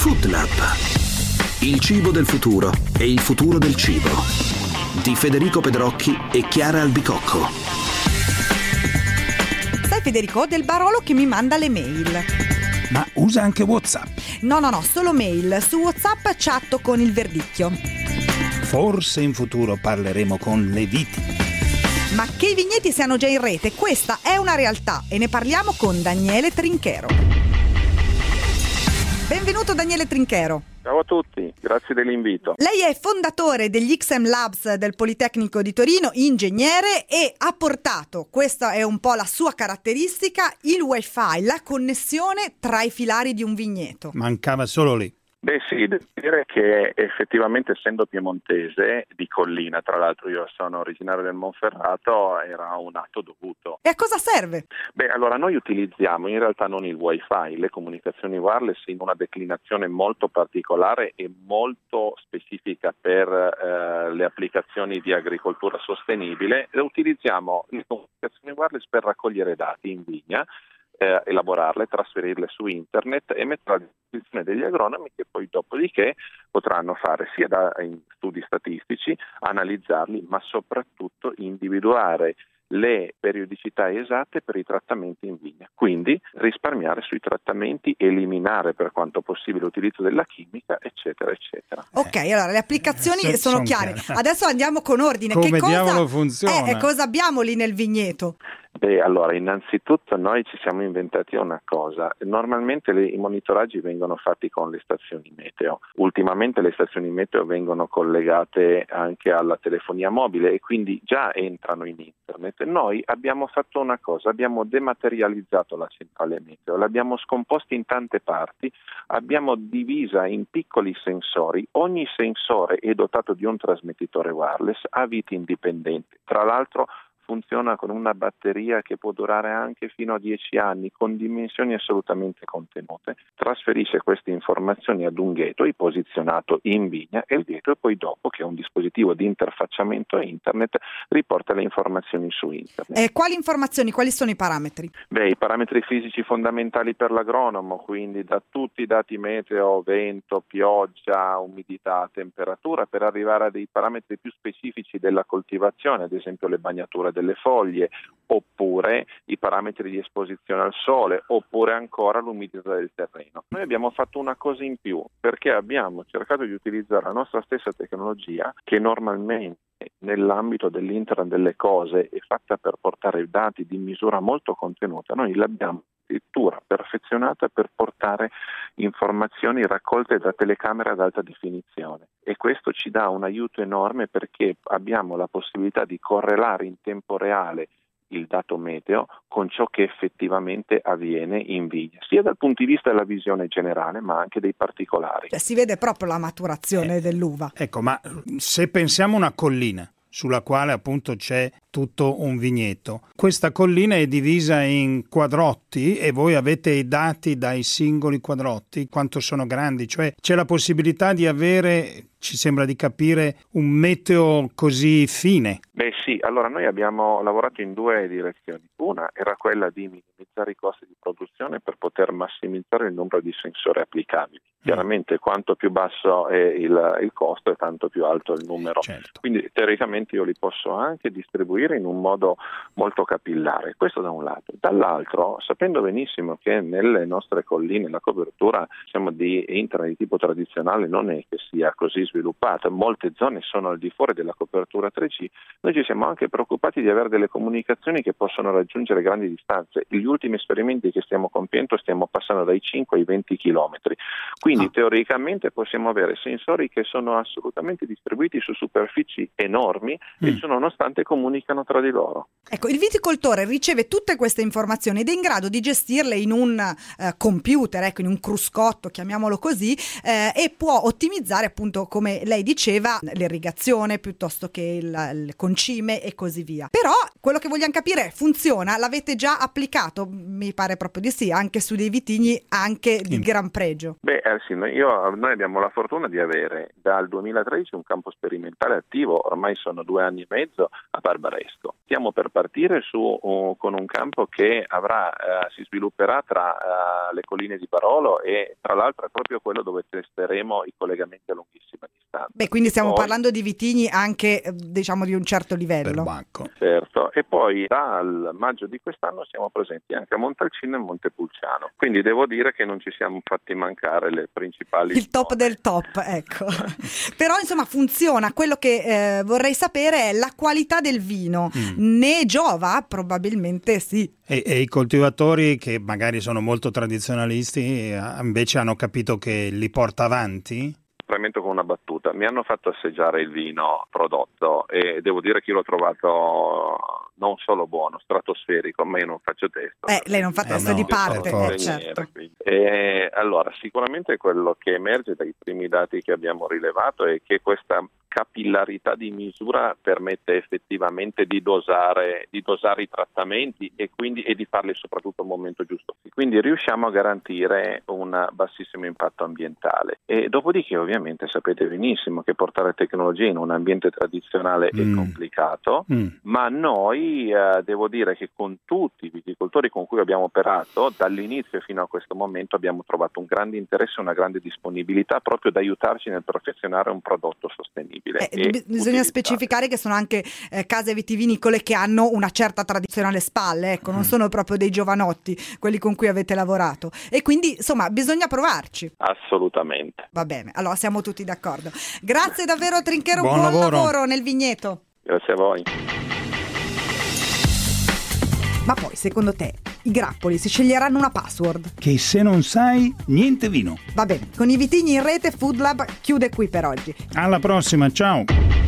Food Lab. Il cibo del futuro e il futuro del cibo. Di Federico Pedrocchi e Chiara Albicocco. Sai Federico, del Barolo che mi manda le mail. Ma usa anche WhatsApp? No, solo mail. Su WhatsApp chatto con il verdicchio. Forse in futuro parleremo con le viti. Ma che i vigneti siano già in rete, questa è una realtà e ne parliamo con Daniele Trinchero. Benvenuto Daniele Trinchero. Ciao a tutti, grazie dell'invito. Lei è fondatore degli XM Labs del Politecnico di Torino, ingegnere, e ha portato, questa è un po' la sua caratteristica, il wifi, la connessione tra i filari di un vigneto. Mancava solo lì. Beh sì, devo dire che effettivamente, essendo piemontese di collina, tra l'altro io sono originario del Monferrato, era un atto dovuto. E a cosa serve? Beh, allora noi utilizziamo in realtà non il wifi, le comunicazioni wireless in una declinazione molto particolare e molto specifica per le applicazioni di agricoltura sostenibile. Utilizziamo le comunicazioni wireless per raccogliere dati in vigna, elaborarle, trasferirle su internet e metterle a disposizione degli agronomi, che poi dopodiché potranno fare sia in studi statistici, analizzarli, ma soprattutto individuare le periodicità esatte per i trattamenti in vigna, quindi risparmiare sui trattamenti, eliminare per quanto possibile l'utilizzo della chimica, eccetera eccetera. Ok, allora le applicazioni sono chiare. Adesso andiamo con ordine. Come che cosa diavolo funziona? Cosa abbiamo lì nel vigneto? Beh, allora, innanzitutto noi ci siamo inventati una cosa. Normalmente i monitoraggi vengono fatti con le stazioni meteo. Ultimamente le stazioni meteo vengono collegate anche alla telefonia mobile e quindi già entrano in internet. Noi abbiamo fatto una cosa, abbiamo dematerializzato la centrale meteo, l'abbiamo scomposta in tante parti, abbiamo divisa in piccoli sensori. Ogni sensore è dotato di un trasmettitore wireless a viti indipendenti. Tra l'altro funziona con una batteria che può durare anche fino a 10 anni, con dimensioni assolutamente contenute. Trasferisce queste informazioni ad un gateway posizionato in vigna e il gateway poi dopo, che è un dispositivo di interfacciamento a internet, riporta le informazioni su internet. Quali informazioni? Quali sono i parametri? Beh, i parametri fisici fondamentali per l'agronomo, quindi da tutti i dati meteo, vento, pioggia, umidità, temperatura, per arrivare a dei parametri più specifici della coltivazione, ad esempio le bagnature delle foglie, oppure i parametri di esposizione al sole, oppure ancora l'umidità del terreno. Noi abbiamo fatto una cosa in più, perché abbiamo cercato di utilizzare la nostra stessa tecnologia, che normalmente nell'ambito dell'Internet delle cose è fatta per portare dati di misura molto contenuta. Noi l'abbiamo addirittura perfezionata per portare informazioni raccolte da telecamere ad alta definizione, e questo ci dà un aiuto enorme, perché abbiamo la possibilità di correlare in tempo reale il dato meteo con ciò che effettivamente avviene in vigna, sia dal punto di vista della visione generale ma anche dei particolari. Si vede proprio la maturazione dell'uva. Ecco, ma se pensiamo a una collina sulla quale appunto c'è tutto un vigneto, questa collina è divisa in quadrotti e voi avete i dati dai singoli quadrotti, quanto sono grandi, cioè c'è la possibilità di avere, ci sembra di capire, un meteo così fine. Beh sì, allora noi abbiamo lavorato in due direzioni. Una era quella di minimizzare i costi di produzione per poter massimizzare il numero di sensori applicabili. Chiaramente quanto più basso è il costo e tanto più alto il numero. Certo. Quindi teoricamente io li posso anche distribuire in un modo molto capillare. Questo da un lato. Dall'altro, sapendo benissimo che nelle nostre colline la copertura di internet di tipo tradizionale non è che sia così sviluppata, molte zone sono al di fuori della copertura 3G, noi ci siamo anche preoccupati di avere delle comunicazioni che possono raggiungere grandi distanze. Gli ultimi esperimenti che stiamo compiendo stiamo passando dai 5 ai 20 chilometri. Quindi teoricamente possiamo avere sensori che sono assolutamente distribuiti su superfici enormi e nonostante comunicano tra di loro. Ecco, il viticoltore riceve tutte queste informazioni ed è in grado di gestirle in un computer, in un cruscotto, chiamiamolo così, e può ottimizzare, appunto, come lei diceva, l'irrigazione piuttosto che il concime e così via. Però quello che vogliamo capire è: funziona? L'avete già applicato? Mi pare proprio di sì, anche su dei vitigni anche di gran pregio. Beh sì, noi abbiamo la fortuna di avere dal 2013 un campo sperimentale attivo, ormai sono 2 anni e mezzo a Barbaresco. Stiamo per partire con un campo che si svilupperà tra le colline di Barolo e tra l'altro è proprio quello dove testeremo i collegamenti a lunghissima distanza. Beh, quindi stiamo parlando di vitigni anche diciamo di un certo livello. Perbacco. Certo, e poi dal maggio di quest'anno siamo presenti anche a Montalcino e Montepulciano, quindi devo dire che non ci siamo fatti mancare le principali il top del top, ecco. Però insomma funziona. Quello che vorrei sapere è la qualità del vino. Ne giova? Probabilmente sì. E i coltivatori che magari sono molto tradizionalisti invece hanno capito che li porta avanti? Premetto con una battuta, mi hanno fatto assaggiare il vino prodotto e devo dire che io l'ho trovato non solo buono, stratosferico, ma io non faccio testo. Lei non fa testo di parte, certo. Allora, sicuramente quello che emerge dai primi dati che abbiamo rilevato è che questa capillarità di misura permette effettivamente di dosare i trattamenti e di farli soprattutto al momento giusto. Quindi riusciamo a garantire un bassissimo impatto ambientale. E dopodiché ovviamente sapete benissimo che portare tecnologia in un ambiente tradizionale è complicato, ma noi devo dire che con tutti i viticoltori con cui abbiamo operato dall'inizio fino a questo momento abbiamo trovato un grande interesse e una grande disponibilità proprio ad aiutarci nel perfezionare un prodotto sostenibile. Bisogna specificare che sono anche case vitivinicole che hanno una certa tradizione alle spalle, ecco, non sono proprio dei giovanotti quelli con cui avete lavorato, e quindi insomma bisogna provarci. Assolutamente. Va bene, allora siamo tutti d'accordo. Grazie davvero Trinchero, buon lavoro nel vigneto. Grazie a voi. Ma poi secondo te i grappoli si sceglieranno una password? Che se non sai, niente vino. Va bene, con i vitigni in rete Food Lab chiude qui per oggi. Alla prossima, ciao!